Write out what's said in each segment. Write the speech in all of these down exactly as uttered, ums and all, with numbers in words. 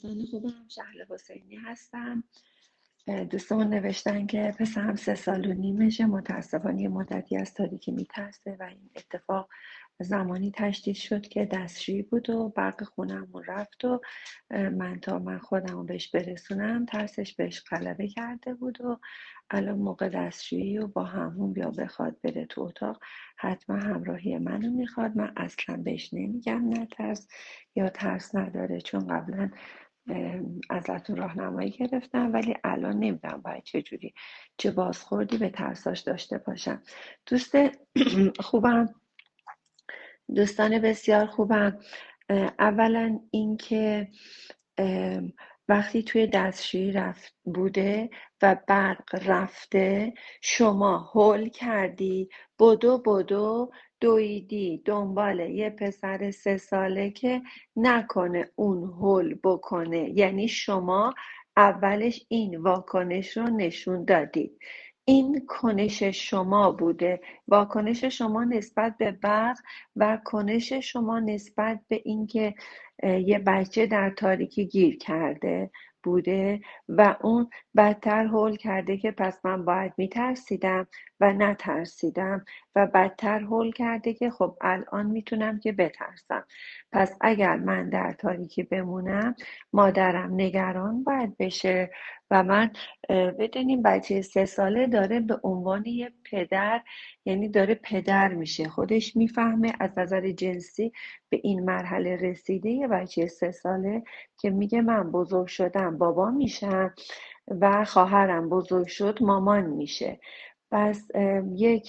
دوستان خوبم، شهله حسینی هستم. دوستمون نوشتن که پسرم سه سال و نیمشه، متاسفانه یه مدتی از تاریکی میترسه و این اتفاق زمانی تشدید شد که دستشویی بود و برق خونه‌مون رفت و من تا من خودم رو بهش برسونم ترسش بهش غلبه کرده بود و الان موقع دستشویی و با همون بیا بخواد بره تو اتاق حتما همراهی منو میخواد. من اصلا بهش نمیگم نترس یا ترس نداره، چون قبلا ازتون راهنمایی گرفتم، ولی الان نمیدونم باید چجوری چه بازخوردی به ترساش داشته باشم. دوست خوبم، دوستان بسیار خوبم. اولا اینکه وقتی توی دستشویی رفت بوده و برق رفته، شما هول کردی بدو بدو دویدی دنبال یه پسر سه ساله که نکنه اون هول بکنه، یعنی شما اولش این واکنش رو نشون دادید. این کنش شما بوده، واکنش شما نسبت به برق و کنش شما نسبت به اینکه یه بچه در تاریکی گیر کرده بوده و اون بدتر هول کرده که پس من باید میترسیدم و نترسیدم و بدتر هول کرده که خب الان میتونم که بترسم. پس اگر من در تاریکی بمونم مادرم نگران باید بشه و من بدونیم بچه سه ساله داره به عنوان یه پدر، یعنی داره پدر میشه، خودش میفهمه، از نظر جنسی به این مرحله رسیده. یه بچه سه ساله که میگه من بزرگ شدم بابا میشم و خواهرم بزرگ شد مامان میشه. پس یک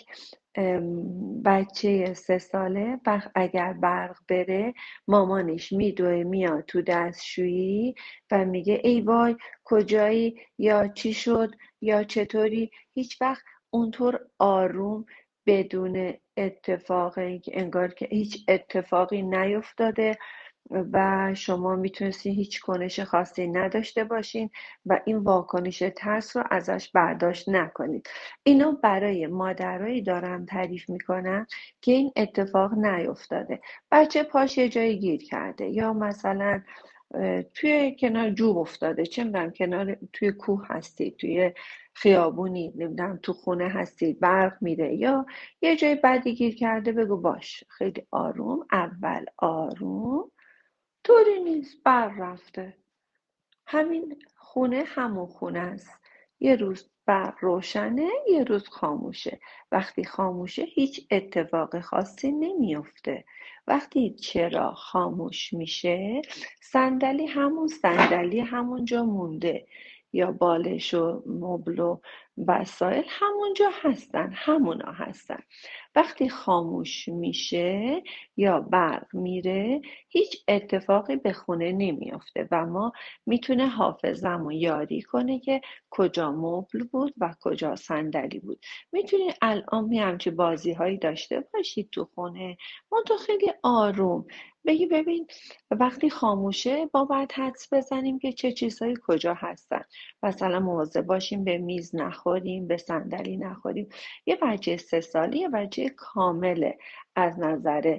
بچه سه ساله اگر برق بره مامانش میدوه میاد تو دستشویی و میگه ای وای کجایی یا چی شد یا چطوری. هیچ وقت اونطور آروم بدون اتفاقی که انگار که هیچ اتفاقی نیفتاده و شما میتونستین هیچ کنش خاصی نداشته باشین و این واکنش ترس رو ازش برداشت نکنید. اینو برای مادرایی دارم تعریف میکنم که این اتفاق نیفتاده. بچه پاش یه جایی گیر کرده یا مثلا توی کنار جوب افتاده، چه میدونم کنار توی کوه هستید، توی خیابونی، نمیدونم تو خونه هستید، برق میره یا یه جای بدی گیر کرده، بگو باش خیلی آروم، اول آروم، طوری نیست، برق رفته، همین خونه همون خونه است، یه روز برق روشنه یه روز خاموشه. وقتی خاموشه هیچ اتفاق خاصی نمیفته. وقتی چراغ خاموش میشه صندلی همون صندلی همونجا مونده یا بالش و مبل و وسایل همونجا هستن، همونا هستن. وقتی خاموش میشه یا برق میره هیچ اتفاقی به خونه نمیفته و ما میتونه حافظمون یاری کنه که کجا مبل بود و کجا صندلی بود. میتونید الان می همچی بازی هایی داشته باشید تو خونه، من تو خیلی آروم بگی ببین وقتی خاموشه ما باید حدس بزنیم که چه چیزهایی کجا هستن. مثلا مواظب باشیم به میز نخوریم، به صندلی نخوریم. یه بچه سه سالی یه بچه کامله، از نظر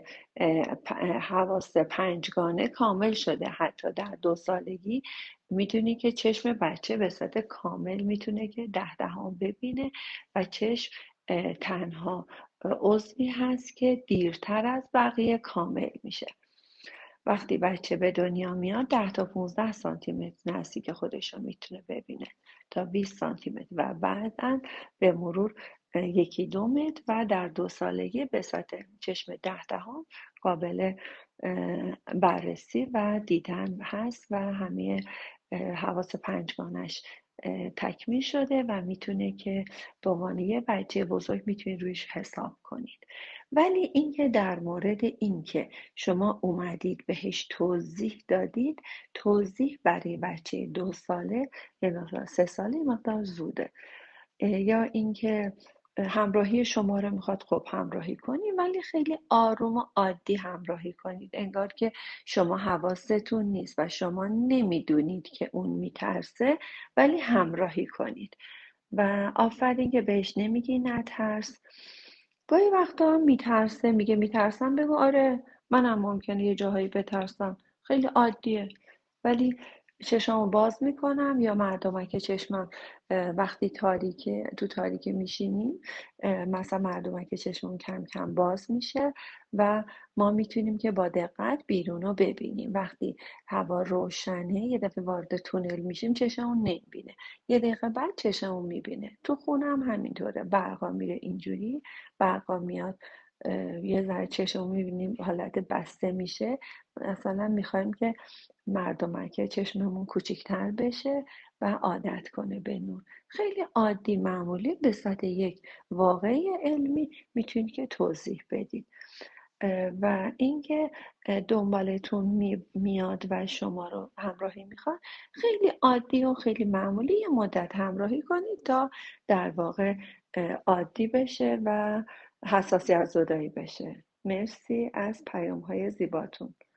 حواس پنجگانه کامل شده. حتی در دو سالگی میتونی که چشم بچه به صورت کامل میتونه که ده دهم ببینه و چشم تنها عضوی هست که دیرتر از بقیه کامل میشه. وقتی بچه به دنیا میاد ده تا پونزده سانتی متر نزدیک خودش رو میتونه ببینه تا بیست سانتی متر و بعداً به مرور یکی دو متر و در دو سالگی به صورت چشم ده دهم قابل بررسی و دیدن هست و همه حواس پنجگانش تکمیل شده و میتونه که به عنوان یه بچه بزرگ میتونید رویش حساب کنید. ولی اینکه در مورد اینکه شما اومدید بهش توضیح دادید، توضیح برای بچه دو ساله یا سه ساله مقدار زوده. یا اینکه همراهی شما رو میخواد خب همراهی کنی، ولی خیلی آروم و عادی همراهی کنید، انگار که شما حواستون نیست و شما نمیدونید که اون میترسه، ولی همراهی کنید. و آفرین که بهش نمیگی نترس. گاهی وقتا هم میترسه، میگه میترسم، بگو آره منم ممکنه یه جاهایی بترسم، خیلی عادیه. ولی چشامو باز میکنم یا مردمک چشمم وقتی تاریکه تو تاریکی میشینیم مثلا مردمک چشممون کم کم باز میشه و ما میتونیم که با دقت بیرون رو ببینیم. وقتی هوا روشنه یه دفعه وارد تونل میشیم چشممون نمیبینه، یه دقیقه بعد چشممون میبینه. تو خونه هم همینطوره، برقا میره اینجوری، برقا میاد یه ذره چشممون میبینیم حالت بسته میشه، مثلا میخوایم که مردمک چشممون کوچیکتر بشه و عادت کنه به نور. خیلی عادی معمولی به صورت یک واقعی علمی میتونید که توضیح بدید. و اینکه دنبالتون میاد و شما رو همراهی میخواد، خیلی عادی و خیلی معمولی یه مدت همراهی کنید تا در واقع عادی بشه و حساسیت زدایی بشه. مرسی از پیام های زیباتون.